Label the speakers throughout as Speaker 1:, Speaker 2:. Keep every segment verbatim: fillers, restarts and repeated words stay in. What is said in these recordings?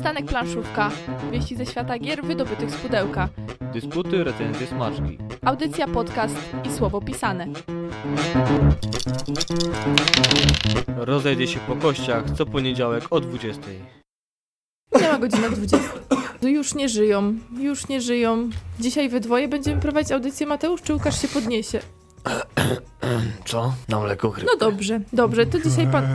Speaker 1: Przystanek Planszówka. Wieści ze świata gier wydobytych z pudełka.
Speaker 2: Dysputy, recenzje, smaczki.
Speaker 1: Audycja, podcast i słowo pisane.
Speaker 2: Rozejdzie się po kościach co poniedziałek o dwudziestej.
Speaker 1: Nie ma godzina dwudziesta. Już nie żyją, już nie żyją. Dzisiaj we dwoje będziemy prowadzić audycję. Mateusz czy Łukasz się podniesie?
Speaker 2: Co? Na mleko chrypkę.
Speaker 1: No dobrze, dobrze, to dzisiaj pan...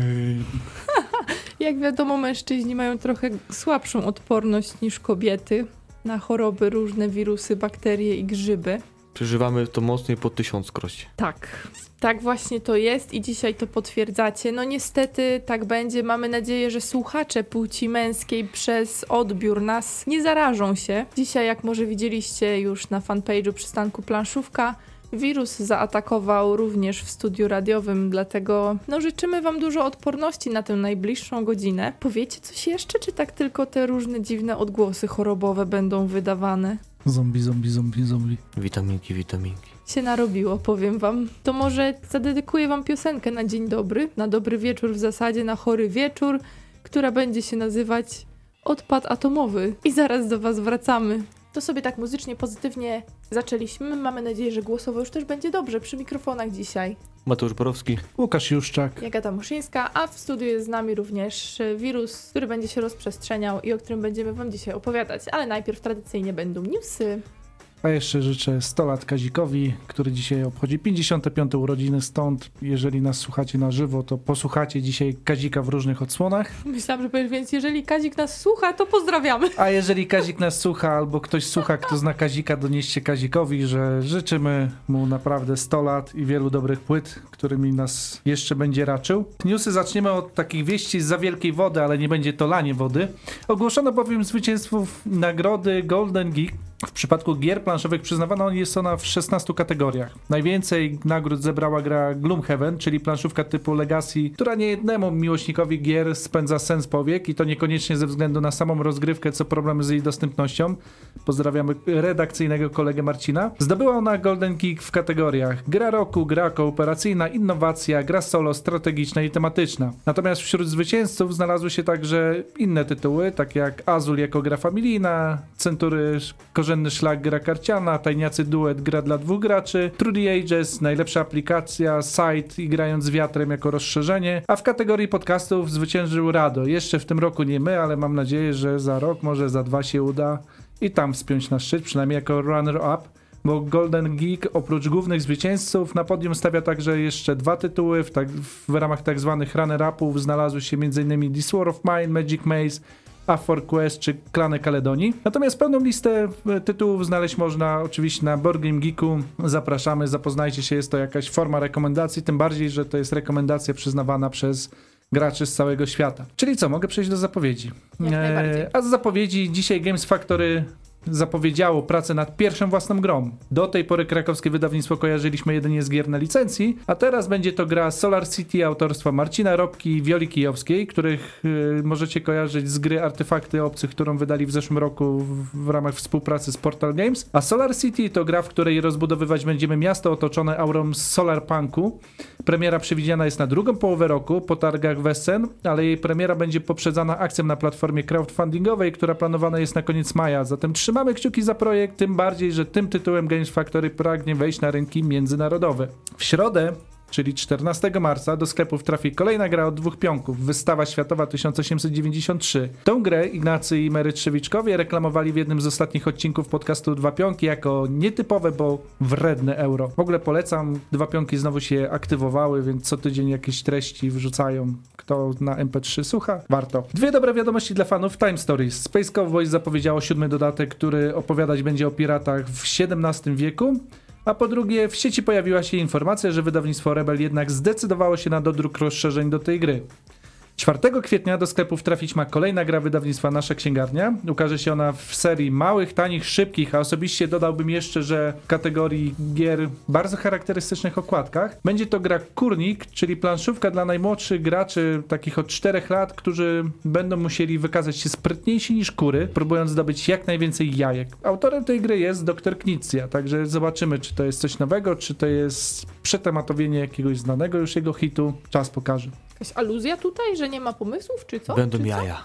Speaker 1: Jak wiadomo, mężczyźni mają trochę słabszą odporność niż kobiety na choroby, różne wirusy, bakterie i grzyby.
Speaker 2: Przeżywamy to mocniej po tysiąckroć.
Speaker 1: Tak, tak właśnie to jest i dzisiaj to potwierdzacie. No niestety tak będzie. Mamy nadzieję, że słuchacze płci męskiej przez odbiór nas nie zarażą się. Dzisiaj, jak może widzieliście już na fanpage'u Przystanku Planszówka, wirus zaatakował również w studiu radiowym, dlatego no życzymy wam dużo odporności na tę najbliższą godzinę. Powiecie coś jeszcze, czy tak tylko te różne dziwne odgłosy chorobowe będą wydawane?
Speaker 3: Zombie, zombie, zombie, zombie.
Speaker 2: Witaminki, witaminki.
Speaker 1: Się narobiło, powiem wam. To może zadedykuję wam piosenkę na dzień dobry, na dobry wieczór w zasadzie, na chory wieczór, która będzie się nazywać Odpad atomowy. I zaraz do was wracamy. To sobie tak muzycznie, pozytywnie zaczęliśmy. Mamy nadzieję, że głosowo już też będzie dobrze przy mikrofonach dzisiaj.
Speaker 2: Mateusz Borowski.
Speaker 3: Łukasz Juszczak.
Speaker 1: Jagata Muszyńska, a w studiu jest z nami również wirus, który będzie się rozprzestrzeniał i o którym będziemy wam dzisiaj opowiadać. Ale najpierw tradycyjnie będą newsy.
Speaker 3: A jeszcze życzę sto lat Kazikowi, który dzisiaj obchodzi pięćdziesiąte piąte urodziny, stąd jeżeli nas słuchacie na żywo, to posłuchacie dzisiaj Kazika w różnych odsłonach.
Speaker 1: Myślałam, że powiesz, więc jeżeli Kazik nas słucha, to pozdrawiamy.
Speaker 3: A jeżeli Kazik nas słucha, albo ktoś słucha, kto zna Kazika, donieście Kazikowi, że życzymy mu naprawdę sto lat i wielu dobrych płyt, którymi nas jeszcze będzie raczył. Newsy zaczniemy od takich wieści z za wielkiej wody, ale nie będzie to lanie wody. Ogłoszono bowiem zwycięzców nagrody Golden Geek. W przypadku gier planszowych przyznawana jest ona w szesnastu kategoriach. Najwięcej nagród zebrała gra Gloomhaven, czyli planszówka typu Legacy, która niejednemu miłośnikowi gier spędza sens powiek i to niekoniecznie ze względu na samą rozgrywkę, co problemy z jej dostępnością. Pozdrawiamy redakcyjnego kolegę Marcina. Zdobyła ona Golden Geek w kategoriach gra roku, gra kooperacyjna, innowacja, gra solo, strategiczna i tematyczna. Natomiast wśród zwycięzców znalazły się także inne tytuły, takie jak Azul jako gra familijna, Century Korzenny Szlak gra karciana, Tajniacy Duet gra dla dwóch graczy, Through the Ages, najlepsza aplikacja, Site i Grając z wiatrem jako rozszerzenie, a w kategorii podcastów zwyciężył Rado. Jeszcze w tym roku nie my, ale mam nadzieję, że za rok, może za dwa się uda i tam wspiąć na szczyt, przynajmniej jako runner-up, bo Golden Geek oprócz głównych zwycięzców na podium stawia także jeszcze dwa tytuły. W, tak, w ramach tak zwanych runner-upów znalazły się m.in. This War of Mine, Magic Maze, A four Quest czy Klany Kaledonii. Natomiast pełną listę tytułów znaleźć można oczywiście na Board Game Geeku. Zapraszamy, zapoznajcie się, jest to jakaś forma rekomendacji, tym bardziej, że to jest rekomendacja przyznawana przez graczy z całego świata. Czyli co, mogę przejść do zapowiedzi.
Speaker 1: Jak najbardziej.
Speaker 3: A z zapowiedzi dzisiaj Games Factory zapowiedziało pracę nad pierwszą własną grą. Do tej pory krakowskie wydawnictwo kojarzyliśmy jedynie z gier na licencji, a teraz będzie to gra Solar City autorstwa Marcina Robki i Wioli Kijowskiej, których yy, możecie kojarzyć z gry Artefakty Obcych, którą wydali w zeszłym roku w, w ramach współpracy z Portal Games. A Solar City to gra, w której rozbudowywać będziemy miasto otoczone aurą solarpunku. Premiera przewidziana jest na drugą połowę roku po targach w Essen, ale jej premiera będzie poprzedzana akcją na platformie crowdfundingowej, która planowana jest na koniec maja. Zatem trzymamy kciuki za projekt, tym bardziej, że tym tytułem Games Factory pragnie wejść na rynki międzynarodowe. W środę, czyli czternastego marca, do sklepów trafi kolejna gra od dwóch pionków, Wystawa Światowa tysiąc osiemset dziewięćdziesiąt trzy. Tą grę Ignacy i Mary Trzewiczkowie reklamowali w jednym z ostatnich odcinków podcastu Dwa Pionki jako nietypowe, bo wredne euro. W ogóle polecam, Dwa Pionki znowu się aktywowały, więc co tydzień jakieś treści wrzucają. Kto na em pe trzy słucha, warto. Dwie dobre wiadomości dla fanów Time Stories. Space Cowboys zapowiedziało siódmy dodatek, który opowiadać będzie o piratach w siedemnastym wieku. A po drugie, w sieci pojawiła się informacja, że wydawnictwo Rebel jednak zdecydowało się na dodruk rozszerzeń do tej gry. czwartego kwietnia do sklepów trafić ma kolejna gra wydawnictwa Nasza Księgarnia. Ukaże się ona w serii małych, tanich, szybkich, a osobiście dodałbym jeszcze, że w kategorii gier bardzo charakterystycznych okładkach. Będzie to gra Kurnik, czyli planszówka dla najmłodszych graczy, takich od czterech lat, którzy będą musieli wykazać się sprytniejsi niż kury, próbując zdobyć jak najwięcej jajek. Autorem tej gry jest doktor Knizia, także zobaczymy, czy to jest coś nowego, czy to jest przetematowienie jakiegoś znanego już jego hitu. Czas pokaże.
Speaker 1: Jakaś aluzja tutaj, że nie ma pomysłów, czy co?
Speaker 2: Będą
Speaker 1: czy
Speaker 2: jaja.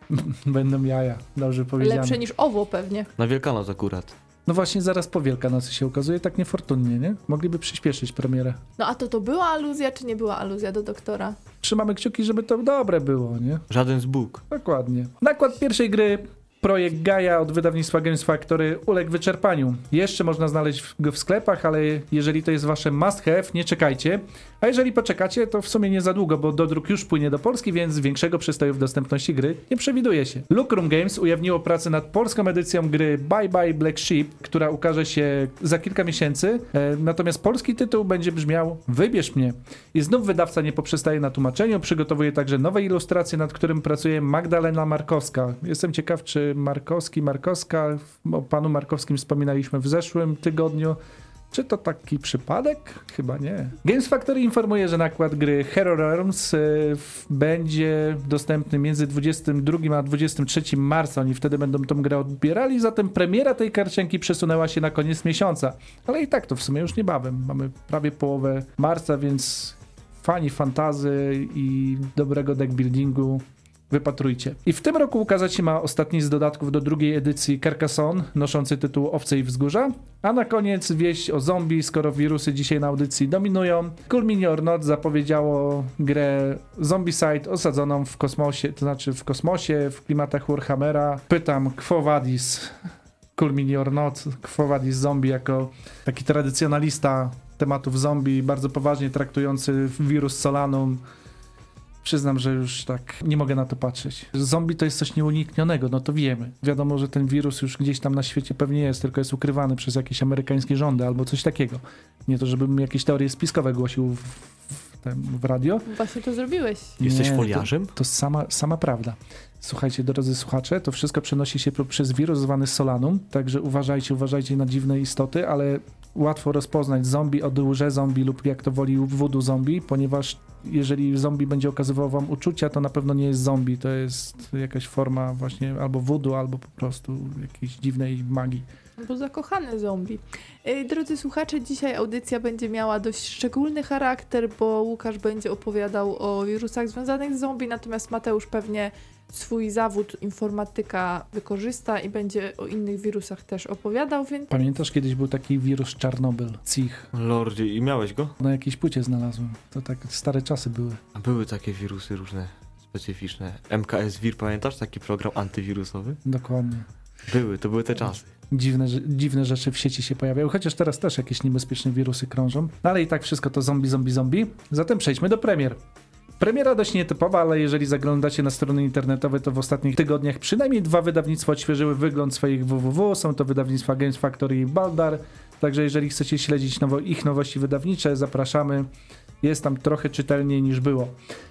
Speaker 3: Będą jaja, dobrze powiedziane.
Speaker 1: Lepsze niż owo pewnie.
Speaker 2: Na Wielkanoc akurat.
Speaker 3: No właśnie zaraz po Wielkanocy się ukazuje, tak niefortunnie, nie? Mogliby przyspieszyć premierę.
Speaker 1: No a to to była aluzja, czy nie była aluzja do doktora?
Speaker 3: Trzymamy kciuki, żeby to dobre było, nie?
Speaker 2: Żaden z Bóg.
Speaker 3: Dokładnie. Nakład pierwszej gry, projekt Gaia od wydawnictwa Games Factory uległ wyczerpaniu. Jeszcze można znaleźć go w sklepach, ale jeżeli to jest wasze must have, nie czekajcie. A jeżeli poczekacie, to w sumie nie za długo, bo dodruk już płynie do Polski, więc większego przystoju w dostępności gry nie przewiduje się. Lucrum Games ujawniło pracę nad polską edycją gry Bye Bye Black Sheep, która ukaże się za kilka miesięcy, e, natomiast polski tytuł będzie brzmiał Wybierz mnie. I znów wydawca nie poprzestaje na tłumaczeniu, przygotowuje także nowe ilustracje, nad którym pracuje Magdalena Markowska. Jestem ciekaw, czy Markowski, Markowska, o panu Markowskim wspominaliśmy w zeszłym tygodniu. Czy to taki przypadek? Chyba nie. Games Factory informuje, że nakład gry Hero Realms y, w, będzie dostępny między dwudziestym drugim a dwudziestym trzecim marca. Oni wtedy będą tą grę odbierali, zatem premiera tej karcianki przesunęła się na koniec miesiąca. Ale i tak to w sumie już niebawem. Mamy prawie połowę marca, więc fani fantazy i dobrego deckbuildingu wypatrujcie. I w tym roku ukazać się ma ostatni z dodatków do drugiej edycji Carcassonne, noszący tytuł Owce i Wzgórza. A na koniec wieść o zombie, skoro wirusy dzisiaj na audycji dominują. Cool Mini or Not zapowiedziało grę Zombicide osadzoną w kosmosie, to znaczy w kosmosie, w klimatach Warhammera. Pytam, Quo Vadis? Cool Mini or Not, Quo Vadis Zombie jako taki tradycjonalista tematów zombie, bardzo poważnie traktujący wirus Solanum. Przyznam, że już tak nie mogę na to patrzeć. Zombie to jest coś nieuniknionego, no to wiemy. Wiadomo, że ten wirus już gdzieś tam na świecie pewnie jest, tylko jest ukrywany przez jakieś amerykańskie rządy albo coś takiego. Nie to, żebym jakieś teorie spiskowe głosił w, w, tem, w radio.
Speaker 1: Właśnie to zrobiłeś.
Speaker 2: Jesteś
Speaker 3: Nie,
Speaker 2: foliarzem?
Speaker 3: To, to sama, sama prawda. Słuchajcie, drodzy słuchacze, to wszystko przenosi się przez wirus zwany Solanum, także uważajcie, uważajcie na dziwne istoty, ale łatwo rozpoznać zombie od łże zombie lub jak to woli voodoo zombie, ponieważ jeżeli zombie będzie okazywał wam uczucia, to na pewno nie jest zombie, to jest jakaś forma właśnie albo voodoo, albo po prostu jakiejś dziwnej magii.
Speaker 1: Bo zakochany zombie. Ej, drodzy słuchacze, dzisiaj audycja będzie miała dość szczególny charakter, bo Łukasz będzie opowiadał o wirusach związanych z zombie, natomiast Mateusz pewnie swój zawód informatyka wykorzysta i będzie o innych wirusach też opowiadał, więc...
Speaker 3: Pamiętasz, kiedyś był taki wirus Czarnobyl, C I H.
Speaker 2: Lordzie, i miałeś go?
Speaker 3: Na jakiejś płycie znalazłem. To tak stare czasy były.
Speaker 2: A były takie wirusy różne, specyficzne. M K S Wir, pamiętasz? Taki program antywirusowy?
Speaker 3: Dokładnie.
Speaker 2: Były, to były te czasy.
Speaker 3: Dziwne, dziwne rzeczy w sieci się pojawiają, chociaż teraz też jakieś niebezpieczne wirusy krążą. No ale i tak wszystko to zombie, zombie, zombie. Zatem przejdźmy do premier. Premiera dość nietypowa, ale jeżeli zaglądacie na strony internetowe, to w ostatnich tygodniach przynajmniej dwa wydawnictwa odświeżyły wygląd swoich www. Są to wydawnictwa Games Factory i Baldar. Także jeżeli chcecie śledzić nowo, ich nowości wydawnicze, zapraszamy. Jest tam trochę czytelniej niż było.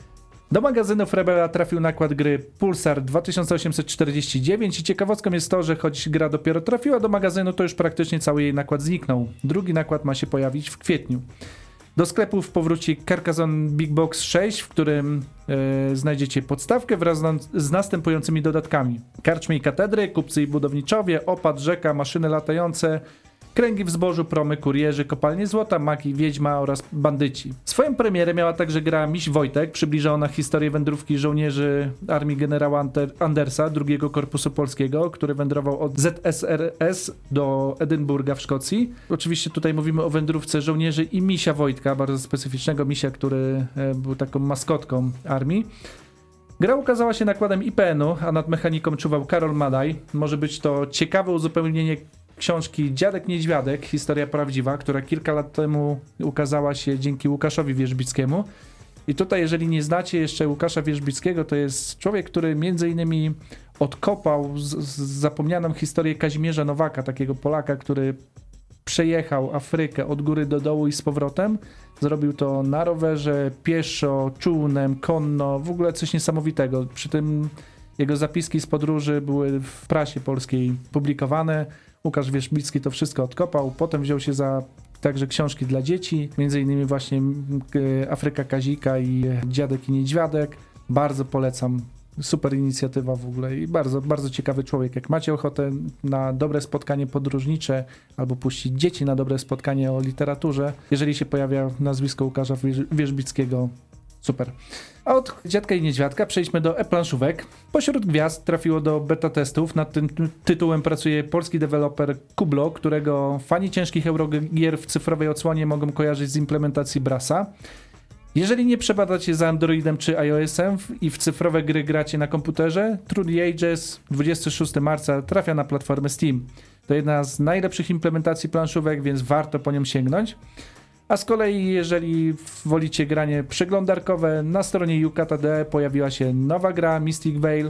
Speaker 3: Do magazynów Rebela trafił nakład gry Pulsar dwa tysiące osiemset czterdzieści dziewięć i ciekawostką jest to, że choć gra dopiero trafiła do magazynu, to już praktycznie cały jej nakład zniknął. Drugi nakład ma się pojawić w kwietniu. Do sklepów powróci Carcassonne Big Box sześć, w którym e, znajdziecie podstawkę wraz na, z następującymi dodatkami. Karczmy i katedry, kupcy i budowniczowie, opad, rzeka, maszyny latające, kręgi w zbożu, promy, kurierzy, kopalnie złota, magi, wiedźma oraz bandyci. Swoją premierę miała także gra Miś Wojtek. Przybliża ona historię wędrówki żołnierzy armii generała Andersa, drugiego Korpusu Polskiego, który wędrował od Z S R S do Edynburga w Szkocji. Oczywiście tutaj mówimy o wędrówce żołnierzy i Misia Wojtka, bardzo specyficznego misia, który był taką maskotką armii. Gra ukazała się nakładem I P N-u, a nad mechaniką czuwał Karol Madaj. Może być to ciekawe uzupełnienie książki Dziadek Niedźwiadek, historia prawdziwa, która kilka lat temu ukazała się dzięki Łukaszowi Wierzbickiemu. I tutaj, jeżeli nie znacie jeszcze Łukasza Wierzbickiego, to jest człowiek, który między innymi odkopał z, z zapomnianą historię Kazimierza Nowaka, takiego Polaka, który przejechał Afrykę od góry do dołu i z powrotem. Zrobił to na rowerze, pieszo, czółnem, konno, w ogóle coś niesamowitego. Przy tym jego zapiski z podróży były w prasie polskiej publikowane. Łukasz Wierzbicki to wszystko odkopał, potem wziął się za także książki dla dzieci, między innymi właśnie Afryka Kazika i Dziadek i Niedźwiadek. Bardzo polecam, super inicjatywa w ogóle i bardzo, bardzo ciekawy człowiek. Jak macie ochotę na dobre spotkanie podróżnicze albo puścić dzieci na dobre spotkanie o literaturze, jeżeli się pojawia nazwisko Łukasza Wierzbickiego, super. A od Dziadka i Niedźwiadka przejdźmy do e-planszówek. Pośród gwiazd trafiło do beta testów. Nad tym tytułem pracuje polski deweloper Kublo, którego fani ciężkich eurogier w cyfrowej odsłonie mogą kojarzyć z implementacji Brasa. Jeżeli nie przepadacie za Androidem czy iOS-em i w cyfrowe gry gracie na komputerze, Through the Ages dwudziestego szóstego marca trafia na platformę Steam. To jedna z najlepszych implementacji planszówek, więc warto po nią sięgnąć. A z kolei jeżeli wolicie granie przeglądarkowe, na stronie Yucata kropka de pojawiła się nowa gra Mystic Veil.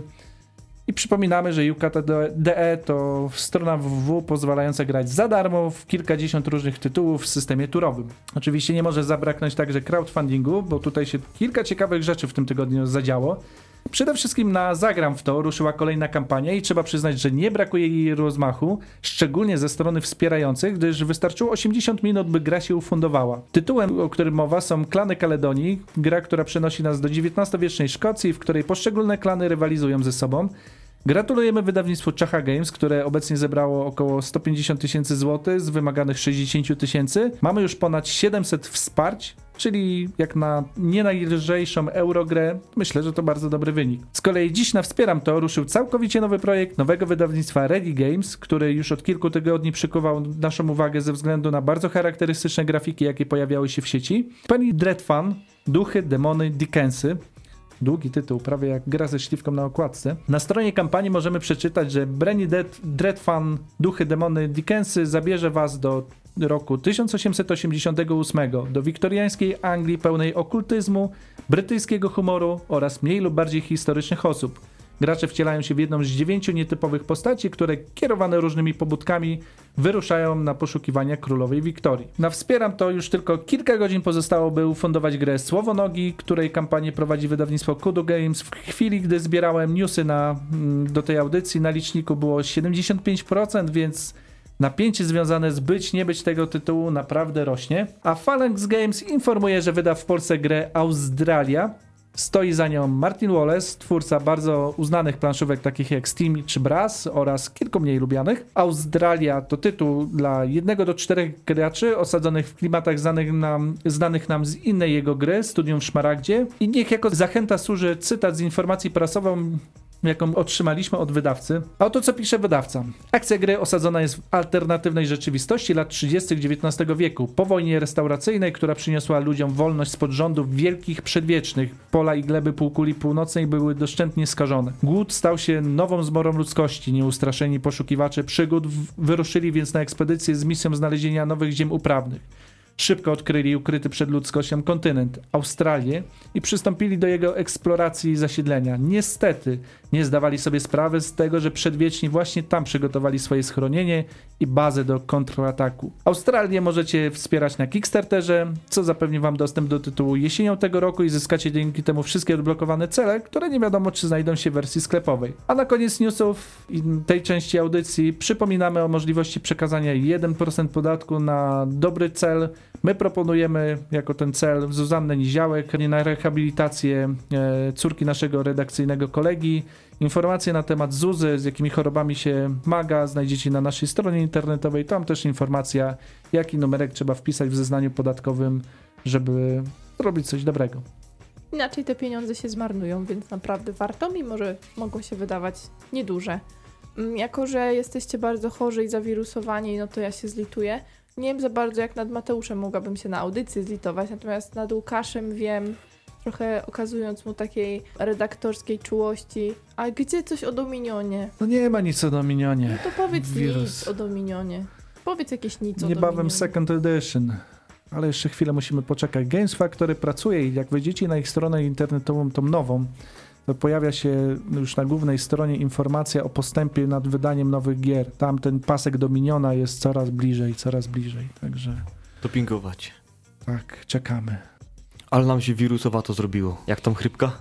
Speaker 3: I przypominamy, że Yucata kropka de to strona www pozwalająca grać za darmo w kilkadziesiąt różnych tytułów w systemie turowym. Oczywiście nie może zabraknąć także crowdfundingu, bo tutaj się kilka ciekawych rzeczy w tym tygodniu zadziało. Przede wszystkim na Zagram w to ruszyła kolejna kampania i trzeba przyznać, że nie brakuje jej rozmachu, szczególnie ze strony wspierających, gdyż wystarczyło osiemdziesiąt minut, by gra się ufundowała. Tytułem, o którym mowa, są Klany Kaledonii, gra, która przenosi nas do dziewiętnastowiecznej Szkocji, w której poszczególne klany rywalizują ze sobą. Gratulujemy wydawnictwu Czacha Games, które obecnie zebrało około sto pięćdziesiąt tysięcy złotych z wymaganych sześćdziesiąt tysięcy. Mamy już ponad siedemset wsparć, czyli jak na nie najlżejszą eurogrę, myślę, że to bardzo dobry wynik. Z kolei dziś na Wspieram To ruszył całkowicie nowy projekt nowego wydawnictwa Ready Games, który już od kilku tygodni przykuwał naszą uwagę ze względu na bardzo charakterystyczne grafiki, jakie pojawiały się w sieci. Penny Dreadfun, Duchy, Demony, Dickensy. Długi tytuł, prawie jak gra ze śliwką na okładce. Na stronie kampanii możemy przeczytać, że Penny Dreadfun, Duchy, Demony, Dickensy zabierze was do roku tysiąc osiemset osiemdziesiątego ósmego, do wiktoriańskiej Anglii pełnej okultyzmu, brytyjskiego humoru oraz mniej lub bardziej historycznych osób. Gracze wcielają się w jedną z dziewięciu nietypowych postaci, które kierowane różnymi pobudkami wyruszają na poszukiwania królowej Wiktorii. Na Wspieram To już tylko kilka godzin pozostało, by ufundować grę Słowonogi, której kampanię prowadzi wydawnictwo Kudu Games. W chwili, gdy zbierałem newsy na, do tej audycji, na liczniku było siedemdziesiąt pięć procent, więc napięcie związane z być, nie być tego tytułu naprawdę rośnie. A Phalanx Games informuje, że wyda w Polsce grę Australia. Stoi za nią Martin Wallace, twórca bardzo uznanych planszówek takich jak Steam czy Brass oraz kilku mniej lubianych. Australia to tytuł dla jednego do czterech graczy osadzonych w klimatach znanych nam, znanych nam z innej jego gry, Studium w Szmaragdzie. I niech jako zachęta służy cytat z informacji prasową, jaką otrzymaliśmy od wydawcy. A oto co pisze wydawca. Akcja gry osadzona jest w alternatywnej rzeczywistości lat trzydziestych dziewiętnastego wieku. Po wojnie restauracyjnej, która przyniosła ludziom wolność spod rządów wielkich przedwiecznych, pola i gleby półkuli północnej były doszczętnie skażone. Głód stał się nową zmorą ludzkości. Nieustraszeni poszukiwacze przygód wyruszyli więc na ekspedycję z misją znalezienia nowych ziem uprawnych. Szybko odkryli ukryty przed ludzkością kontynent, Australię, i przystąpili do jego eksploracji i zasiedlenia. Niestety nie zdawali sobie sprawy z tego, że przedwieczni właśnie tam przygotowali swoje schronienie i bazę do kontrataku. Australię możecie wspierać na Kickstarterze, co zapewni wam dostęp do tytułu jesienią tego roku i zyskacie dzięki temu wszystkie odblokowane cele, które nie wiadomo, czy znajdą się w wersji sklepowej. A na koniec newsów tej części audycji przypominamy o możliwości przekazania jeden procent podatku na dobry cel. My proponujemy jako ten cel Zuzannę Niziołek na rehabilitację e, córki naszego redakcyjnego kolegi. Informacje na temat Zuzy, z jakimi chorobami się maga, znajdziecie na naszej stronie internetowej. Tam też informacja, jaki numerek trzeba wpisać w zeznaniu podatkowym, żeby zrobić coś dobrego.
Speaker 1: Inaczej te pieniądze się zmarnują, więc naprawdę warto, mimo że mogą się wydawać nieduże. Jako że jesteście bardzo chorzy i zawirusowani, no to ja się zlituję. Nie wiem za bardzo, jak nad Mateuszem mogłabym się na audycji zlitować, natomiast nad Łukaszem wiem, trochę okazując mu takiej redaktorskiej czułości. A gdzie coś o Dominionie?
Speaker 3: No nie ma nic o Dominionie.
Speaker 1: No to powiedz
Speaker 3: Wirus.
Speaker 1: nic o Dominionie. Powiedz jakieś nic o Dominionie.
Speaker 3: Niebawem second edition. Ale jeszcze chwilę musimy poczekać. Games Factory pracuje i jak wejdziecie na ich stronę internetową, tą nową, to pojawia się już na głównej stronie informacja o postępie nad wydaniem nowych gier. Tam ten pasek Dominiona jest coraz bliżej, coraz bliżej. Także
Speaker 2: Dopingować.
Speaker 3: tak, czekamy.
Speaker 2: Ale nam się wirusowa to zrobiło. Jak tam chrypka?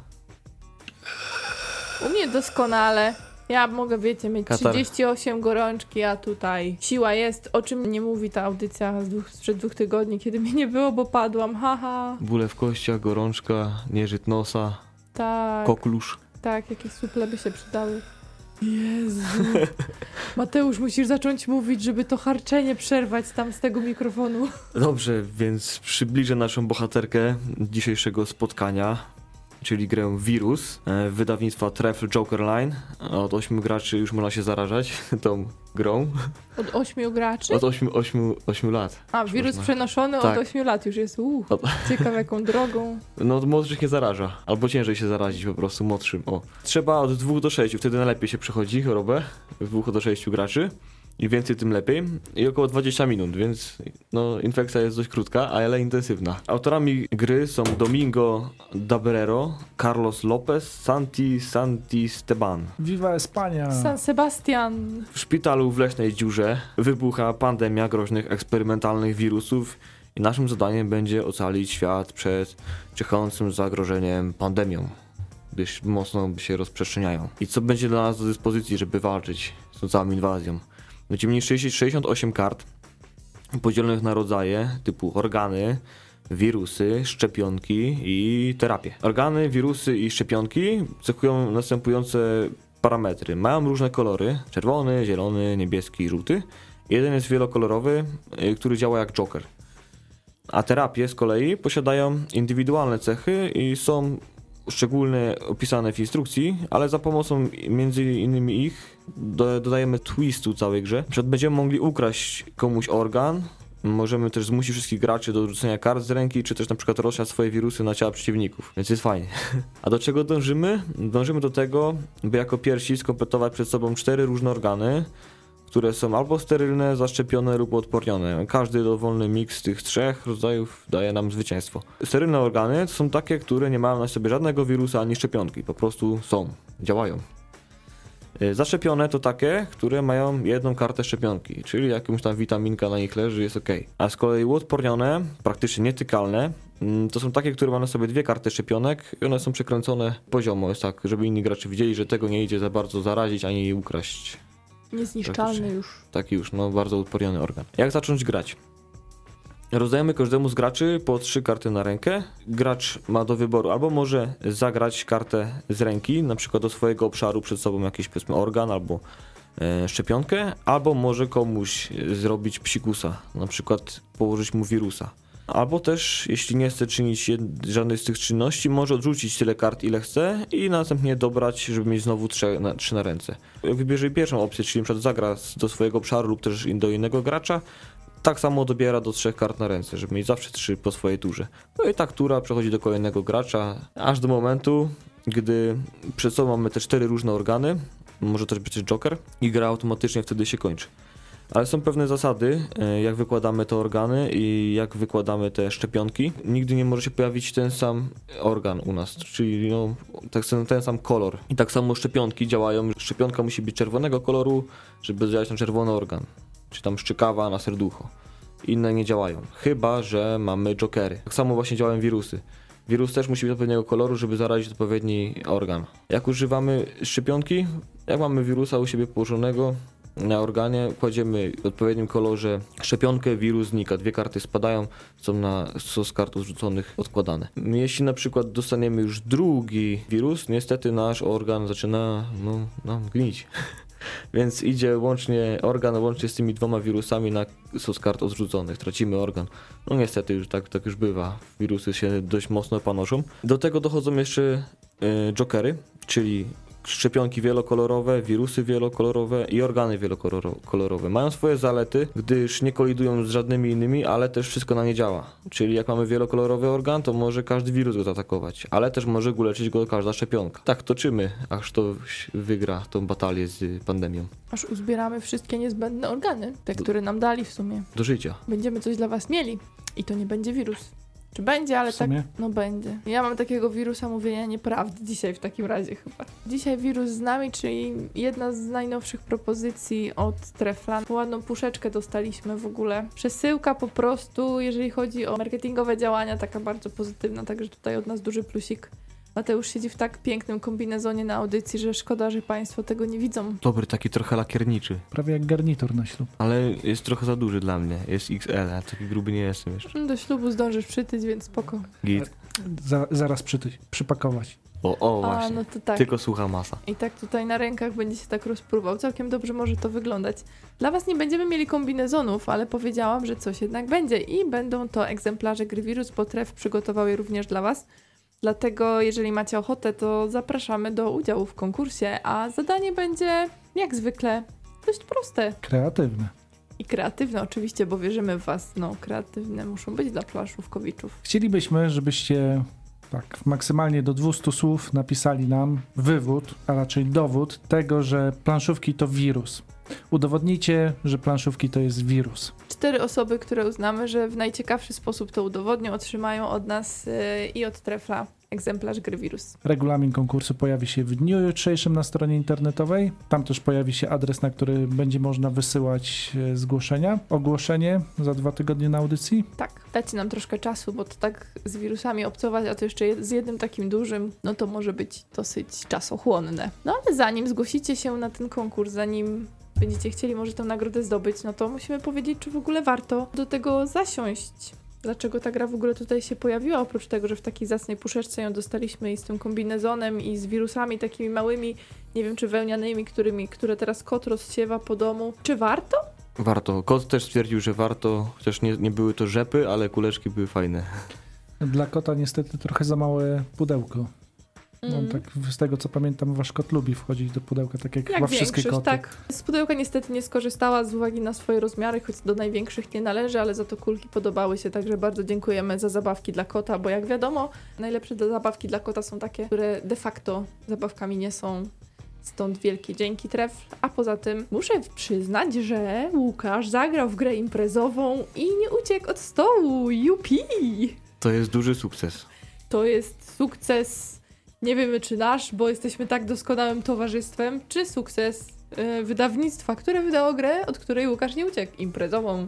Speaker 1: U mnie doskonale. Ja mogę, wiecie, mieć
Speaker 2: Katar.
Speaker 1: trzydzieści osiem gorączki, a tutaj siła jest. O czym nie mówi ta audycja z dwóch, sprzed dwóch tygodni, kiedy mnie nie było, bo padłam. Haha.
Speaker 2: Bóle w kościach, gorączka, nieżyt nosa,
Speaker 1: Tak,
Speaker 2: koklusz.
Speaker 1: tak, jakieś suple by się przydały. Jezu. Mateusz, musisz zacząć mówić, żeby to harczenie przerwać tam z tego mikrofonu.
Speaker 2: Dobrze, więc przybliżę naszą bohaterkę dzisiejszego spotkania. czyli grę Wirus e, wydawnictwa Treffle Joker Line. Od ośmiu graczy już można się zarażać tą grą.
Speaker 1: Od ośmiu graczy?
Speaker 2: Od ośmiu, ośmiu, ośmiu lat.
Speaker 1: A, wirus
Speaker 2: można.
Speaker 1: przenoszony
Speaker 2: Tak.
Speaker 1: od ośmiu lat już jest. Uh,
Speaker 2: Od-
Speaker 1: ciekawe jaką drogą.
Speaker 2: No od młodszych nie zaraża, albo ciężej się zarazić po prostu młodszym. O. Trzeba od dwóch do sześciu, wtedy najlepiej się przechodzi chorobę. Z dwóch do sześciu graczy. Im więcej, tym lepiej. I około dwadzieścia minut, więc no, infekcja jest dość krótka, ale intensywna. Autorami gry są Domingo Dabrero, Carlos Lopez, Santi Santisteban.
Speaker 3: Viva Espania!
Speaker 1: San Sebastian.
Speaker 2: W szpitalu w leśnej dziurze wybucha pandemia groźnych eksperymentalnych wirusów i naszym zadaniem będzie ocalić świat przed czyhającym zagrożeniem pandemią, gdyż mocno się rozprzestrzeniają. I co będzie dla nas do dyspozycji, żeby walczyć z tą całą inwazją? Będziemy mieli sześćdziesiąt osiem kart podzielonych na rodzaje typu organy, wirusy, szczepionki i terapie. Organy, wirusy i szczepionki cechują następujące parametry. Mają różne kolory: czerwony, zielony, niebieski, żółty. Jeden jest wielokolorowy, y, który działa jak Joker. A terapie z kolei posiadają indywidualne cechy i są szczególnie opisane w instrukcji, ale za pomocą między innymi ich do, dodajemy twistu całej grze. Na przykład będziemy mogli ukraść komuś organ, możemy też zmusić wszystkich graczy do rzucenia kart z ręki, czy też na przykład rozsiać swoje wirusy na ciała przeciwników, więc jest fajnie. A do czego dążymy? Dążymy do tego, by jako pierwsi skompletować przed sobą cztery różne organy, które są albo sterylne, zaszczepione lub odpornione. Każdy dowolny miks tych trzech rodzajów daje nam zwycięstwo. Sterylne organy to są takie, które nie mają na sobie żadnego wirusa ani szczepionki, po prostu są, działają. Yy, Zaszczepione to takie, które mają jedną kartę szczepionki, czyli jakąś tam witaminka na nich leży, jest ok. A z kolei uodpornione, praktycznie nietykalne, mm, to są takie, które mają na sobie dwie karty szczepionek i one są przekręcone poziomo, jest tak, żeby inni gracze widzieli, że tego nie idzie za bardzo zarazić ani ukraść.
Speaker 1: Niezniszczalny już.
Speaker 2: Taki już, no bardzo uodporniony organ. Jak zacząć grać? Rozdajemy każdemu z graczy po trzy karty na rękę. Gracz ma do wyboru albo może zagrać kartę z ręki, na przykład do swojego obszaru przed sobą jakiś, powiedzmy, organ albo e, szczepionkę, albo może komuś zrobić psikusa, na przykład położyć mu wirusa. Albo też, jeśli nie chce czynić jed- żadnej z tych czynności, może odrzucić tyle kart, ile chce i następnie dobrać, żeby mieć znowu trze- na, trzy na ręce. Wybierze pierwszą opcję, czyli na przykład zagra z- do swojego obszaru lub też do innego gracza, tak samo dobiera do trzech kart na ręce, żeby mieć zawsze trzy po swojej turze. No i ta tura przechodzi do kolejnego gracza, aż do momentu, gdy przed sobą mamy te cztery różne organy, może też być Joker, i gra automatycznie wtedy się kończy. Ale są pewne zasady, e, jak wykładamy te organy i jak wykładamy te szczepionki. Nigdy nie może się pojawić ten sam organ u nas, czyli no, tak, sam- ten sam kolor. I tak samo szczepionki działają. Szczepionka musi być czerwonego koloru, żeby działać na czerwony organ. Czy tam szczykawa na serducho. Inne nie działają, chyba że mamy jokery. Tak samo właśnie działają wirusy. Wirus też musi być odpowiedniego koloru, żeby zarazić odpowiedni organ. Jak używamy szczepionki, jak mamy wirusa u siebie położonego na organie, kładziemy w odpowiednim kolorze szczepionkę, wirus znika, dwie karty spadają, są na stos kart odrzuconych odkładane. Jeśli na przykład dostaniemy już drugi wirus, niestety nasz organ zaczyna no, nam gnić. Więc idzie łącznie organ, łącznie z tymi dwoma wirusami na stos kart odrzuconych. Tracimy organ. No niestety już tak, tak już bywa. Wirusy się dość mocno panoszą. Do tego dochodzą jeszcze y, jokery, czyli szczepionki wielokolorowe, wirusy wielokolorowe i organy wielokolorowe. Mają swoje zalety, gdyż nie kolidują z żadnymi innymi, ale też wszystko na nie działa. Czyli jak mamy wielokolorowy organ, to może każdy wirus go zaatakować, ale też może leczyć go każda szczepionka. Tak toczymy, aż to wygra tą batalię z pandemią.
Speaker 1: Aż uzbieramy wszystkie niezbędne organy, te, które nam dali w sumie.
Speaker 2: Do życia.
Speaker 1: Będziemy coś dla was mieli i to nie będzie wirus. Czy będzie, ale
Speaker 3: W
Speaker 1: tak,
Speaker 3: sumie?
Speaker 1: no będzie. Ja mam takiego wirusa mówienia nieprawdy dzisiaj w takim razie chyba. Dzisiaj wirus z nami, czyli jedna z najnowszych propozycji od Treffla. Ładną puszeczkę dostaliśmy w ogóle. Przesyłka po prostu, jeżeli chodzi o marketingowe działania, taka bardzo pozytywna, także tutaj od nas duży plusik. Mateusz siedzi w tak pięknym kombinezonie na audycji, że szkoda, że państwo tego nie widzą.
Speaker 2: Dobry, taki trochę lakierniczy,
Speaker 3: Prawie jak garnitur na ślub.
Speaker 2: ale jest trochę za duży dla mnie. Jest X L, a taki gruby nie jestem jeszcze.
Speaker 1: Do ślubu zdążysz przytyć, więc spoko.
Speaker 2: Git.
Speaker 3: Za, zaraz przytyć, przypakować.
Speaker 2: O, o
Speaker 1: A,
Speaker 2: właśnie.
Speaker 1: no to tak.
Speaker 2: Tylko sucha masa.
Speaker 1: I tak tutaj na rękach będzie się tak rozpruwał. Całkiem dobrze może to wyglądać. Dla was nie będziemy mieli kombinezonów, ale powiedziałam, że coś jednak będzie i będą to egzemplarze gry Wirus, bo Treff przygotował je również dla was. Dlatego jeżeli macie ochotę, to zapraszamy do udziału w konkursie, a zadanie będzie jak zwykle dość proste
Speaker 3: Kreatywne.
Speaker 1: i kreatywne oczywiście, bo wierzymy w was. No, kreatywne muszą być dla planszówkowiczów.
Speaker 3: Chcielibyśmy, żebyście tak maksymalnie do dwieście słów napisali nam wywód, a raczej dowód tego, że planszówki to wirus. Udowodnijcie, że planszówki to jest wirus.
Speaker 1: Cztery osoby, które uznamy, że w najciekawszy sposób to udowodnią, otrzymają od nas yy, i od Trefla egzemplarz gry Wirus.
Speaker 3: Regulamin konkursu pojawi się w dniu jutrzejszym na stronie internetowej. Tam też pojawi się adres, na który będzie można wysyłać e, zgłoszenia. Ogłoszenie za dwa tygodnie na audycji.
Speaker 1: Tak, dajcie nam troszkę czasu, bo to tak z wirusami obcować, a to jeszcze jed- z jednym takim dużym, no to może być dosyć czasochłonne. No ale zanim zgłosicie się na ten konkurs, zanim będziecie chcieli może tę nagrodę zdobyć, no to musimy powiedzieć, czy w ogóle warto do tego zasiąść. Dlaczego ta gra w ogóle tutaj się pojawiła, oprócz tego, że w takiej zacnej puszeczce ją dostaliśmy i z tym kombinezonem i z wirusami takimi małymi, nie wiem czy wełnianymi, którymi, które teraz kot rozsiewa po domu. Czy warto?
Speaker 2: Warto. Kot też stwierdził, że warto, chociaż nie, nie były to rzepy, ale kuleczki były fajne.
Speaker 3: Dla kota niestety trochę za małe pudełko.
Speaker 1: Mm.
Speaker 3: On tak z tego co pamiętam, wasz kot lubi wchodzić do pudełka, tak jak,
Speaker 1: Jak
Speaker 3: chyba wszystkie
Speaker 1: większość,
Speaker 3: koty.
Speaker 1: tak. Z pudełka niestety nie skorzystała z uwagi na swoje rozmiary, choć do największych nie należy, ale za to kulki podobały się, także bardzo dziękujemy za zabawki dla kota, bo jak wiadomo, najlepsze dla zabawki dla kota są takie, które de facto zabawkami nie są. Stąd wielkie dzięki, Trefl. A poza tym muszę przyznać, że Łukasz zagrał w grę imprezową i nie uciekł od stołu. Jupi!
Speaker 2: To jest duży sukces.
Speaker 1: To jest sukces, nie wiemy czy nasz, bo jesteśmy tak doskonałym towarzystwem, czy sukces yy, wydawnictwa, które wydało grę, od której Łukasz nie uciekł, imprezową.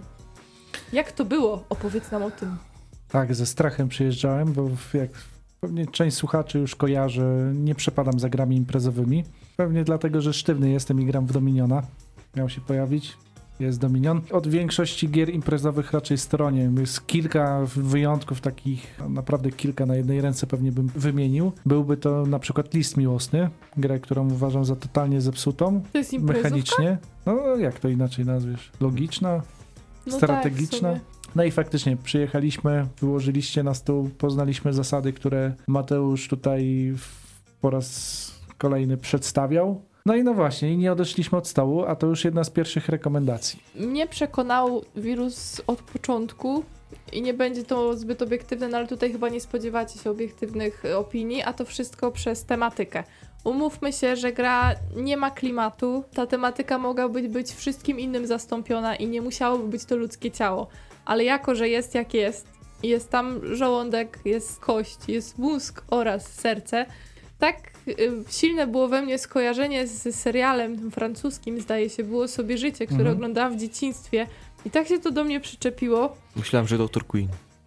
Speaker 1: Jak to było? Opowiedz nam o tym.
Speaker 3: Tak, ze strachem przyjeżdżałem, bo jak pewnie część słuchaczy już kojarzy, nie przepadam za grami imprezowymi. Pewnie dlatego, że sztywny jestem i gram w Dominiona. Miał się pojawić. Jest Dominion. Od większości gier imprezowych raczej stronie. Jest kilka wyjątków takich, naprawdę kilka na jednej ręce pewnie bym wymienił. Byłby to na przykład List Miłosny, grę, którą uważam za totalnie zepsutą.
Speaker 1: To jest imprezówka?
Speaker 3: Mechanicznie. No jak to inaczej nazwiesz? Logiczna?
Speaker 1: No
Speaker 3: Strategiczna?
Speaker 1: Tak, w sumie.
Speaker 3: No i faktycznie przyjechaliśmy, wyłożyliście na stół, poznaliśmy zasady, które Mateusz tutaj w- po raz kolejny przedstawiał. No i no właśnie, i nie odeszliśmy od stołu, a to już jedna z pierwszych rekomendacji.
Speaker 1: Mnie przekonał wirus od początku i nie będzie to zbyt obiektywne, no ale tutaj chyba nie spodziewacie się obiektywnych opinii, a to wszystko przez tematykę. Umówmy się, że gra nie ma klimatu, ta tematyka mogłaby być wszystkim innym zastąpiona i nie musiałoby być to ludzkie ciało, ale jako, że jest jak jest, jest tam żołądek, jest kość, jest mózg oraz serce, tak y, silne było we mnie skojarzenie z serialem tym francuskim, zdaje się, Było sobie życie, które
Speaker 3: Mhm.
Speaker 1: oglądałam w dzieciństwie i tak się to do mnie przyczepiło.
Speaker 2: Myślałem, że doktor Queen.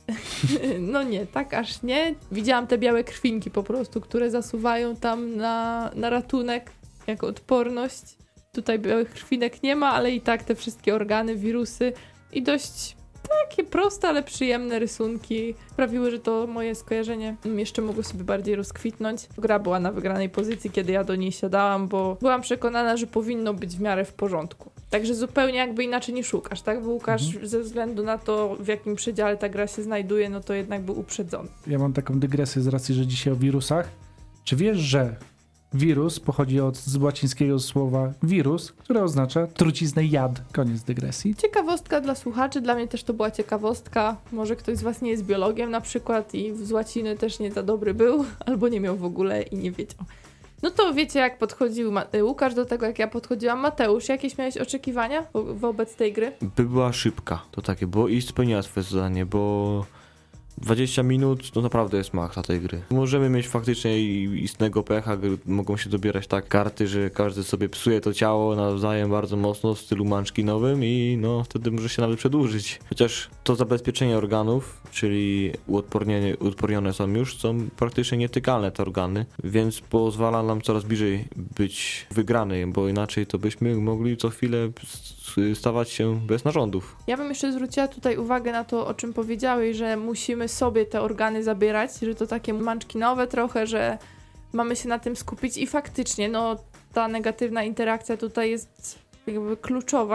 Speaker 1: No nie, tak aż nie. Widziałam te białe krwinki po prostu, które zasuwają tam na, na ratunek jako odporność. Tutaj białych krwinek nie ma, ale i tak te wszystkie organy, wirusy i dość takie proste, ale przyjemne rysunki sprawiły, że to moje skojarzenie jeszcze mogło sobie bardziej rozkwitnąć. Gra była na wygranej pozycji, kiedy ja do niej siadałam, bo byłam przekonana, że powinno być w miarę w porządku. Także zupełnie jakby inaczej nie szukasz, tak? Bo Łukasz
Speaker 3: Mhm.
Speaker 1: ze względu na to, w jakim przedziale ta gra się znajduje, no to jednak był uprzedzony.
Speaker 3: Ja mam taką dygresję z racji, że dzisiaj o wirusach. Czy wiesz, że wirus pochodzi od z łacińskiego słowa wirus, które oznacza truciznę jad. Koniec dygresji.
Speaker 1: Ciekawostka dla słuchaczy, dla mnie też to była ciekawostka. Może ktoś z was nie jest biologiem na przykład i z łaciny też nie za dobry był, albo nie miał w ogóle i nie wiedział. No to wiecie, jak podchodził Ma- Łukasz do tego, jak ja podchodziłam. Mateusz, jakieś miałeś oczekiwania wo- wobec tej gry?
Speaker 2: By była szybka, to takie było i spełniła swoje zadanie, bo dwadzieścia minut to naprawdę jest maks dla tej gry. Możemy mieć faktycznie i- istnego pecha, gry mogą się dobierać tak karty, że każdy sobie psuje to ciało nawzajem bardzo mocno w stylu munchkinowym i no wtedy może się nawet przedłużyć. Chociaż to zabezpieczenie organów, czyli uodpornienie, uodpornione są już, są praktycznie nietykalne te organy, więc pozwala nam coraz bliżej być wygrany, bo inaczej to byśmy mogli co chwilę s- stawać się bez narządów.
Speaker 1: Ja bym jeszcze zwróciła tutaj uwagę na to, o czym powiedziałeś, że musimy sobie te organy zabierać, że to takie munchkinowe trochę, że mamy się na tym skupić i faktycznie, no ta negatywna interakcja tutaj jest jakby kluczowa,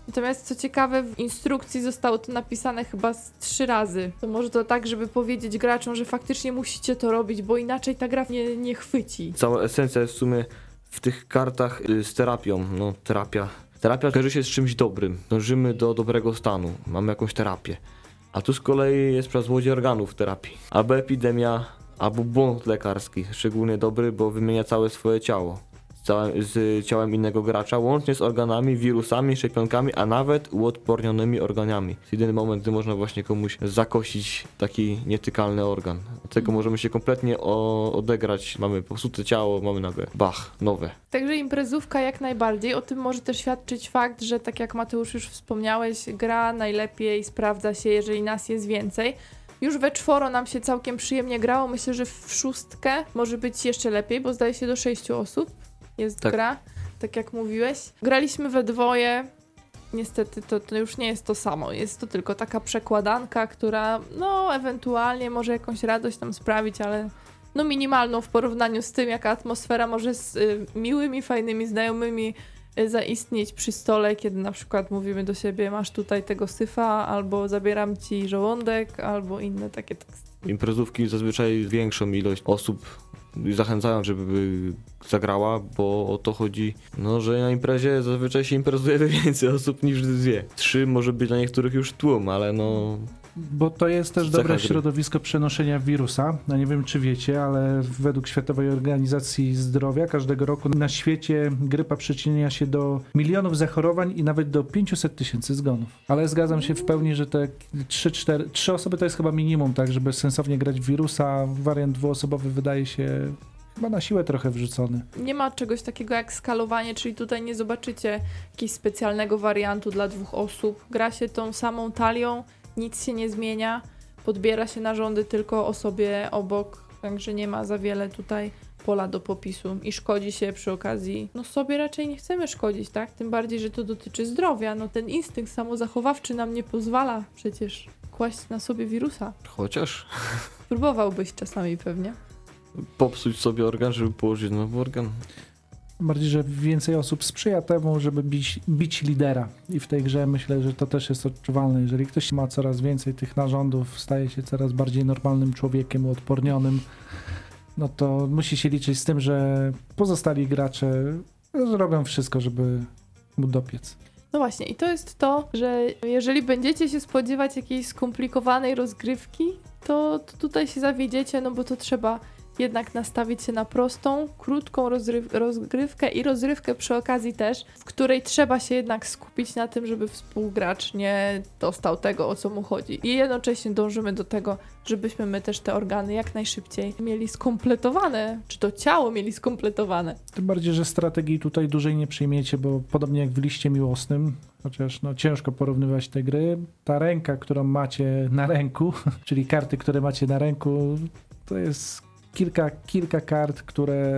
Speaker 1: Natomiast co ciekawe, w instrukcji zostało to napisane chyba z trzy razy. To może to tak, żeby powiedzieć graczom, że faktycznie musicie to robić, bo inaczej ta gra nie, nie chwyci.
Speaker 2: Cała esencja jest w sumie w tych kartach y, z terapią. No, terapia. Terapia kojarzy się z czymś dobrym. Dążymy do dobrego stanu. Mamy jakąś terapię. A tu z kolei jest przez złodziej organów terapii. Albo epidemia, albo błąd lekarski. Szczególnie dobry, bo wymienia całe swoje ciało. Z, całe, z ciałem innego gracza, łącznie z organami, wirusami, szczepionkami, a nawet uodpornionymi organami. To jedyny moment, gdy można właśnie komuś zakosić taki nietykalny organ. Od tego możemy się kompletnie o, odegrać. Mamy popsute ciało, mamy nagle bach, nowe.
Speaker 1: Także imprezówka jak najbardziej. O tym może też świadczyć fakt, że tak jak Mateusz już wspomniałeś, gra najlepiej sprawdza się, jeżeli nas jest więcej. Już we czworo nam się całkiem przyjemnie grało. Myślę, że w szóstkę może być jeszcze lepiej, bo zdaje się do sześciu osób jest
Speaker 2: Tak.
Speaker 1: gra, tak jak mówiłeś. Graliśmy we dwoje. Niestety to, to już nie jest to samo. Jest to tylko taka przekładanka, która no ewentualnie może jakąś radość nam sprawić, ale no minimalną w porównaniu z tym, jaka atmosfera może z y, miłymi, fajnymi znajomymi y, zaistnieć przy stole, kiedy na przykład mówimy do siebie, masz tutaj tego syfa, albo zabieram ci żołądek, albo inne takie teksty.
Speaker 2: Imprezówki zazwyczaj większą ilość osób zachęcają, żeby zagrała, bo o to chodzi, no, że na imprezie zazwyczaj się imprezuje więcej osób niż dwie. Trzy może być dla niektórych już tłum, ale no...
Speaker 3: Bo to jest też
Speaker 2: Cecha
Speaker 3: dobre
Speaker 2: gry.
Speaker 3: środowisko przenoszenia wirusa. No nie wiem, czy wiecie, ale według Światowej Organizacji Zdrowia każdego roku na świecie grypa przyczynia się do milionów zachorowań i nawet do pięciuset tysięcy zgonów. Ale zgadzam się w pełni, że te trzy, cztery, trzy osoby to jest chyba minimum, tak, żeby sensownie grać w wirusa. Wariant dwuosobowy wydaje się chyba na siłę trochę wrzucony.
Speaker 1: Nie ma czegoś takiego jak skalowanie, czyli tutaj nie zobaczycie jakiegoś specjalnego wariantu dla dwóch osób. Gra się tą samą talią, nic się nie zmienia, podbiera się narządy tylko osobie obok, także nie ma za wiele tutaj pola do popisu i szkodzi się przy okazji. No sobie raczej nie chcemy szkodzić, tak? Tym bardziej, że to dotyczy zdrowia. No ten instynkt samozachowawczy nam nie pozwala przecież kłaść na sobie wirusa.
Speaker 2: Chociaż
Speaker 1: Próbowałbyś czasami pewnie.
Speaker 2: popsuć sobie organ, żeby położyć nowy organ.
Speaker 3: Bardziej, że więcej osób sprzyja temu, żeby bić, bić lidera. I w tej grze myślę, że to też jest odczuwalne. Jeżeli ktoś ma coraz więcej tych narządów, staje się coraz bardziej normalnym człowiekiem, uodpornionym, no to musi się liczyć z tym, że pozostali gracze zrobią wszystko, żeby mu dopiec.
Speaker 1: No właśnie, i to jest to, że jeżeli będziecie się spodziewać jakiejś skomplikowanej rozgrywki, to, to tutaj się zawiedziecie, no bo to trzeba jednak nastawić się na prostą, krótką rozryw- rozgrywkę i rozrywkę przy okazji też, w której trzeba się jednak skupić na tym, żeby współgracz nie dostał tego, o co mu chodzi. I jednocześnie dążymy do tego, żebyśmy my też te organy jak najszybciej mieli skompletowane, czy to ciało mieli skompletowane.
Speaker 3: Tym bardziej, że strategii tutaj dłużej nie przyjmiecie, bo podobnie jak w liście miłosnym, chociaż no ciężko porównywać te gry, ta ręka, którą macie na ręku, czyli karty, które macie na ręku, to jest kilka, kilka kart, które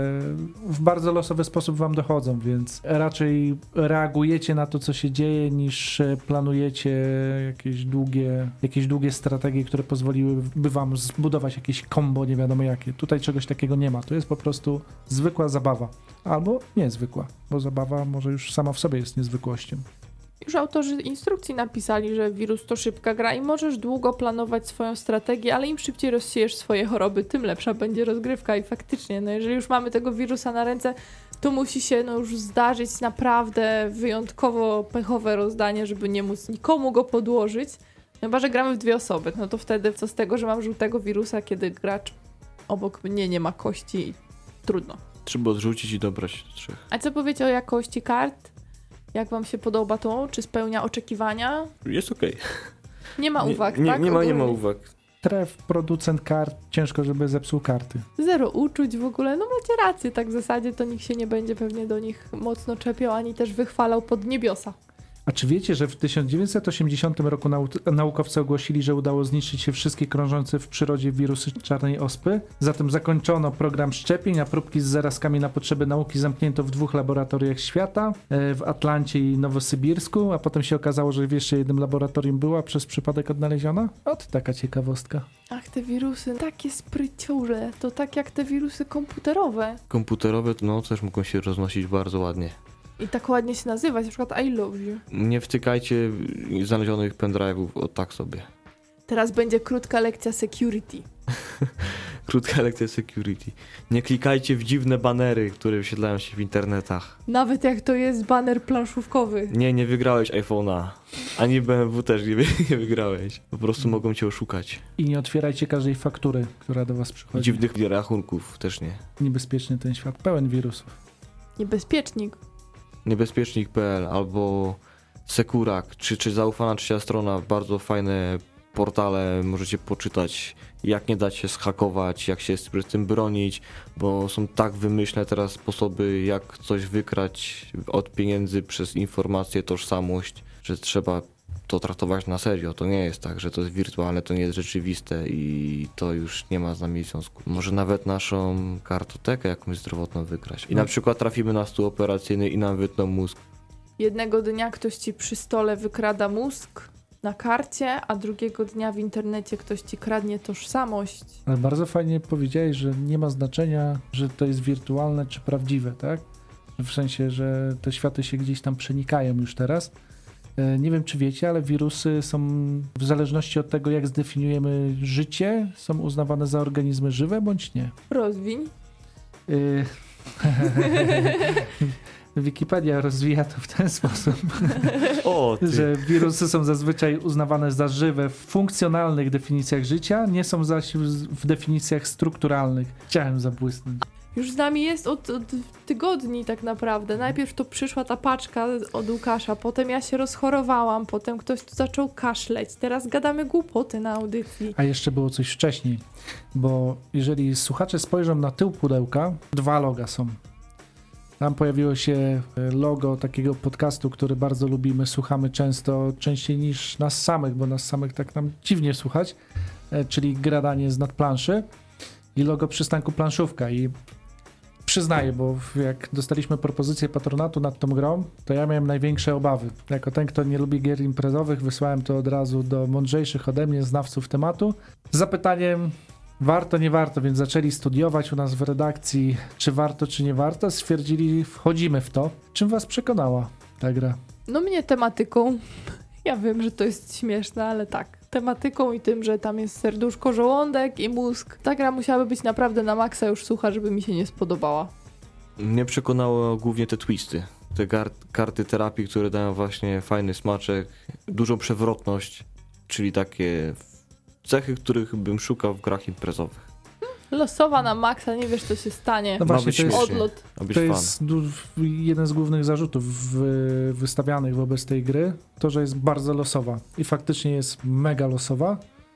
Speaker 3: w bardzo losowy sposób wam dochodzą, więc raczej reagujecie na to, co się dzieje, niż planujecie jakieś długie, jakieś długie strategie, które pozwoliłyby wam zbudować jakieś combo, nie wiadomo jakie. Tutaj czegoś takiego nie ma. To jest po prostu zwykła zabawa. Albo niezwykła, bo zabawa może już sama w sobie jest niezwykłością.
Speaker 1: Już autorzy instrukcji napisali, że wirus to szybka gra i możesz długo planować swoją strategię, ale im szybciej rozsiejesz swoje choroby, tym lepsza będzie rozgrywka i faktycznie, no jeżeli już mamy tego wirusa na ręce, to musi się no już zdarzyć naprawdę wyjątkowo pechowe rozdanie, żeby nie móc nikomu go podłożyć. Chyba że gramy w dwie osoby, no to wtedy co z tego, że mam żółtego wirusa, kiedy gracz obok mnie nie ma kości i trudno.
Speaker 2: Trzeba odrzucić i dobrać do trzech.
Speaker 1: A co powiecie o jakości kart? Jak wam się podoba to? Czy spełnia oczekiwania?
Speaker 2: Jest okej.
Speaker 1: Nie ma
Speaker 2: Nie,
Speaker 1: uwag,
Speaker 2: nie,
Speaker 1: tak?
Speaker 2: nie ma, nie ma
Speaker 1: Ogólnie.
Speaker 2: uwag.
Speaker 3: Tref, producent kart, ciężko, żeby zepsuł karty.
Speaker 1: Zero uczuć w ogóle. No macie rację, tak w zasadzie to nikt się nie będzie pewnie do nich mocno czepiał, ani też wychwalał pod niebiosa.
Speaker 3: A czy wiecie, że w tysiąc dziewięćset osiemdziesiątym roku nau- naukowcy ogłosili, że udało zniszczyć się wszystkie krążące w przyrodzie wirusy czarnej ospy? Zatem zakończono program szczepień, a próbki z zarazkami na potrzeby nauki zamknięto w dwóch laboratoriach świata, e, w Atlancie i Nowosybirsku, a potem się okazało, że w jeszcze jednym laboratorium była przez przypadek odnaleziona? Ot, taka ciekawostka.
Speaker 1: Ach, te wirusy, takie spryciurze. To tak jak te wirusy komputerowe.
Speaker 2: Komputerowe, no też mogą się roznosić bardzo ładnie.
Speaker 1: I tak ładnie się nazywać, na przykład I love you.
Speaker 2: Nie wtykajcie znalezionych pendrive'ów o tak sobie.
Speaker 1: Teraz będzie krótka lekcja security.
Speaker 2: Krótka lekcja security. Nie klikajcie w dziwne banery, które wyświetlają się w internetach.
Speaker 1: Nawet jak to jest baner planszówkowy.
Speaker 2: Nie, nie wygrałeś iPhone'a. Ani B M W też nie, wy, nie wygrałeś. Po prostu mogą cię oszukać.
Speaker 3: I nie otwierajcie każdej faktury, która do was przychodzi.
Speaker 2: Dziwnych rachunków też nie.
Speaker 3: Niebezpieczny ten świat, pełen wirusów.
Speaker 1: Niebezpiecznik.
Speaker 2: Niebezpiecznik kropka p l albo Sekurak, czy, czy zaufana trzecia strona, bardzo fajne portale, możecie poczytać, jak nie dać się zhakować, jak się z tym bronić, bo są tak wymyślne teraz sposoby, jak coś wykrać od pieniędzy przez informację, tożsamość, że trzeba to traktować na serio. To nie jest tak, że to jest wirtualne, to nie jest rzeczywiste i to już nie ma z nami związku. Może nawet naszą kartotekę jakąś zdrowotną wykraść. I na przykład trafimy na stół operacyjny i nam wytną mózg.
Speaker 1: Jednego dnia ktoś ci przy stole wykrada mózg na karcie, a drugiego dnia w internecie ktoś ci kradnie tożsamość.
Speaker 3: Ale bardzo fajnie powiedziałeś, że nie ma znaczenia, że to jest wirtualne czy prawdziwe, tak? W sensie, że te światy się gdzieś tam przenikają już teraz. Nie wiem, czy wiecie, ale wirusy są w zależności od tego, jak zdefiniujemy życie, są uznawane za organizmy żywe bądź nie.
Speaker 1: Rozwiń.
Speaker 3: Y- Wikipedia rozwija to w ten sposób,
Speaker 2: O, ty.
Speaker 3: że wirusy są zazwyczaj uznawane za żywe w funkcjonalnych definicjach życia, nie są zaś w definicjach strukturalnych. Chciałem zabłysnąć.
Speaker 1: Już z nami jest od, od tygodni tak naprawdę. Najpierw to przyszła ta paczka od Łukasza, potem ja się rozchorowałam, potem ktoś tu zaczął kaszleć. Teraz gadamy głupoty na audycji.
Speaker 3: A jeszcze było coś wcześniej, bo jeżeli słuchacze spojrzą na tył pudełka, dwa loga są. Tam pojawiło się logo takiego podcastu, który bardzo lubimy, słuchamy często, częściej niż nas samych, bo nas samych tak nam dziwnie słuchać, czyli Gradanie z nadplanszy i logo przystanku Planszówka. I przyznaję, bo jak dostaliśmy propozycję patronatu nad tą grą, to ja miałem największe obawy. Jako ten, kto nie lubi gier imprezowych, wysłałem to od razu do mądrzejszych ode mnie znawców tematu z zapytaniem: warto, nie warto, więc zaczęli studiować u nas w redakcji, czy warto, czy nie warto. Stwierdzili, wchodzimy w to. Czym was przekonała ta gra?
Speaker 1: No mnie tematyką. Ja wiem, że to jest śmieszne, ale tak. Tematyką i tym, że tam jest serduszko, żołądek i mózg. Ta gra musiałaby być naprawdę na maksa już sucha, żeby mi się nie spodobała.
Speaker 2: Mnie przekonało głównie te twisty. Te gar- karty terapii, które dają właśnie fajny smaczek, dużą przewrotność, czyli takie cechy, których bym szukał w grach imprezowych.
Speaker 1: Losowa na maksa, nie wiesz co się stanie.
Speaker 3: No
Speaker 2: Ma
Speaker 3: właśnie,
Speaker 2: być
Speaker 3: to jest,
Speaker 2: śmiesznie,
Speaker 1: Odlot.
Speaker 2: ma być
Speaker 3: to
Speaker 2: fan.
Speaker 3: jest du- jeden z głównych zarzutów w- wystawianych wobec tej gry, to, że jest bardzo losowa. I faktycznie jest mega losowa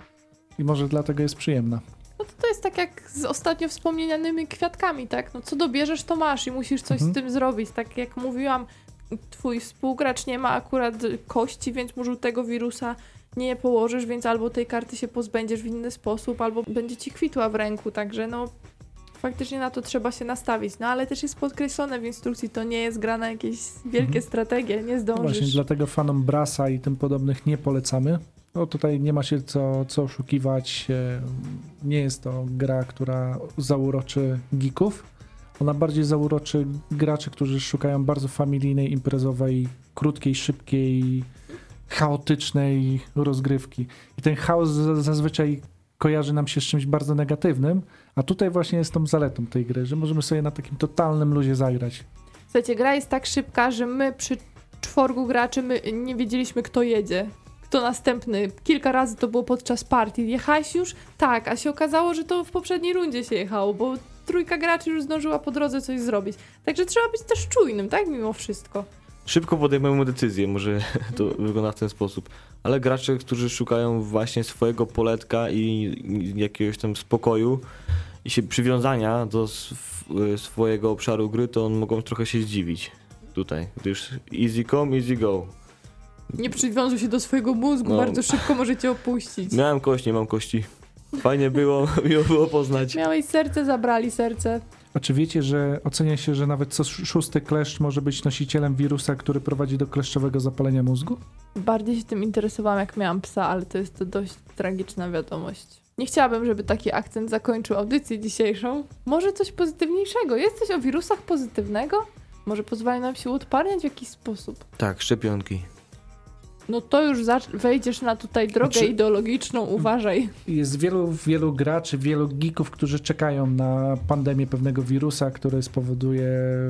Speaker 3: i może dlatego jest przyjemna.
Speaker 1: No to, to jest tak jak z ostatnio wspomnianymi kwiatkami, tak? No co dobierzesz, to masz i musisz coś
Speaker 3: Mhm.
Speaker 1: z tym zrobić. Tak jak mówiłam, twój współgracz nie ma akurat kości, więc mu żółtego wirusa nie położysz, więc albo tej karty się pozbędziesz w inny sposób, albo będzie ci kwitła w ręku, także no faktycznie na to trzeba się nastawić. No ale też jest podkreślone w instrukcji, to nie jest gra na jakieś wielkie
Speaker 3: Mhm.
Speaker 1: strategie, nie
Speaker 3: No
Speaker 1: zdążysz.
Speaker 3: właśnie, dlatego fanom Brasa i tym podobnych nie polecamy. No tutaj nie ma się co, co oszukiwać. e, Nie jest to gra, która zauroczy geeków. Ona bardziej zauroczy graczy, którzy szukają bardzo familijnej, imprezowej, krótkiej, szybkiej, chaotycznej rozgrywki. I ten chaos za- zazwyczaj kojarzy nam się z czymś bardzo negatywnym, a tutaj właśnie jest tą zaletą tej gry, że możemy sobie na takim totalnym luzie zagrać.
Speaker 1: Słuchajcie, gra jest tak szybka, że my przy czworgu graczy my nie wiedzieliśmy, kto jedzie. Kto następny. Kilka razy to było podczas partii. Jechałeś już? Tak, a się okazało, że to w poprzedniej rundzie się jechało, bo trójka graczy już zdążyła po drodze coś zrobić. Także trzeba być też czujnym, tak? Mimo wszystko.
Speaker 2: Szybko podejmujemy decyzję, może to wygląda w ten sposób. Ale gracze, którzy szukają właśnie swojego poletka i jakiegoś tam spokoju i się przywiązania do sw- swojego obszaru gry, to mogą trochę się zdziwić tutaj, gdyż easy come, easy go.
Speaker 1: Nie przywiązuj się do swojego mózgu,
Speaker 2: No.
Speaker 1: bardzo szybko możecie opuścić.
Speaker 2: Miałem kość, nie mam kości. Fajnie było, miło było poznać.
Speaker 1: Miałeś serce, zabrali serce.
Speaker 3: A czy wiecie, że ocenia się, że nawet co sz- szósty kleszcz może być nosicielem wirusa, który prowadzi do kleszczowego zapalenia mózgu?
Speaker 1: Bardziej się tym interesowałam, jak miałam psa, ale to jest to dość tragiczna wiadomość. Nie chciałabym, żeby taki akcent zakończył audycję dzisiejszą. Może coś pozytywniejszego? Jest coś o wirusach pozytywnego? Może pozwala nam się uodparniać w jakiś sposób.
Speaker 2: Tak, szczepionki.
Speaker 1: No to już zacz- wejdziesz na tutaj drogę
Speaker 3: Znaczy-
Speaker 1: ideologiczną, uważaj.
Speaker 3: Jest wielu, wielu graczy, wielu geeków, którzy czekają na pandemię pewnego wirusa, który spowoduje,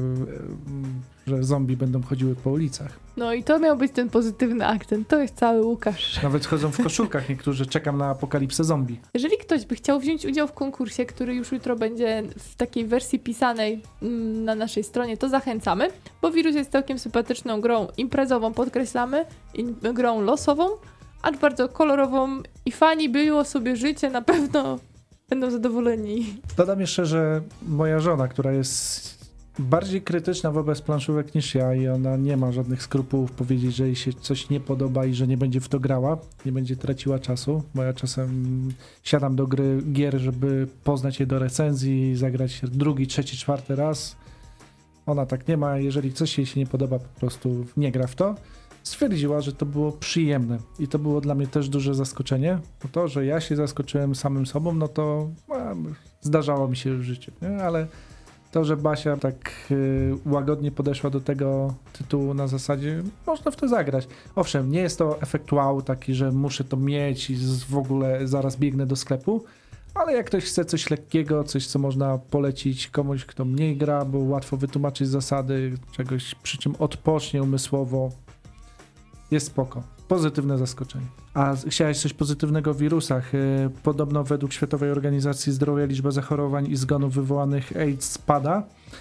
Speaker 3: e, że zombie będą chodziły po ulicach.
Speaker 1: No i to miał być ten pozytywny akcent. To jest cały Łukasz.
Speaker 3: Nawet chodzą w koszulkach niektórzy, czekam na apokalipsę zombie.
Speaker 1: Jeżeli ktoś by chciał wziąć udział w konkursie, który już jutro będzie w takiej wersji pisanej mm, na naszej stronie, to zachęcamy, bo Wirus jest całkiem sympatyczną grą imprezową, podkreślamy, in, grą losową, acz bardzo kolorową i fani było sobie życie, na pewno będą zadowoleni.
Speaker 3: Dodam jeszcze, że moja żona, która jest bardziej krytyczna wobec planszówek niż ja i ona nie ma żadnych skrupułów powiedzieć, że jej się coś nie podoba i że nie będzie w to grała, nie będzie traciła czasu, bo ja czasem siadam do gry gier, żeby poznać je do recenzji, zagrać drugi, trzeci, czwarty raz. Ona tak nie ma, jeżeli coś jej się nie podoba, po prostu nie gra w to. Stwierdziła, że to było przyjemne i to było dla mnie też duże zaskoczenie, bo to, że ja się zaskoczyłem samym sobą, no to a, zdarzało mi się w życiu, nie? Ale to, że Basia tak y, łagodnie podeszła do tego tytułu na zasadzie, można w to zagrać. Owszem, nie jest to efekt wow taki, że muszę to mieć i z, w ogóle zaraz biegnę do sklepu, ale jak ktoś chce coś lekkiego, coś, co można polecić komuś, kto mniej gra, bo łatwo wytłumaczyć zasady czegoś, przy czym odpocznie umysłowo, jest spoko. Pozytywne zaskoczenie. A chciałeś coś pozytywnego o wirusach. Yy, Podobno według Światowej Organizacji Zdrowia liczba zachorowań i zgonów wywołanych AIDS spada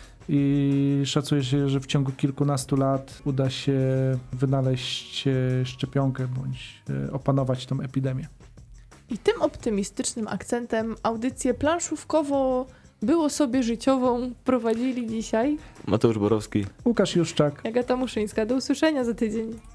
Speaker 3: i szacuje się, że w ciągu kilkunastu lat uda się wynaleźć yy, szczepionkę bądź yy, opanować tą epidemię.
Speaker 1: I tym optymistycznym akcentem audycję planszówkowo było sobie życiową prowadzili dzisiaj
Speaker 2: Mateusz Borowski.
Speaker 3: Łukasz Juszczak.
Speaker 1: Agata Muszyńska. Do usłyszenia za tydzień.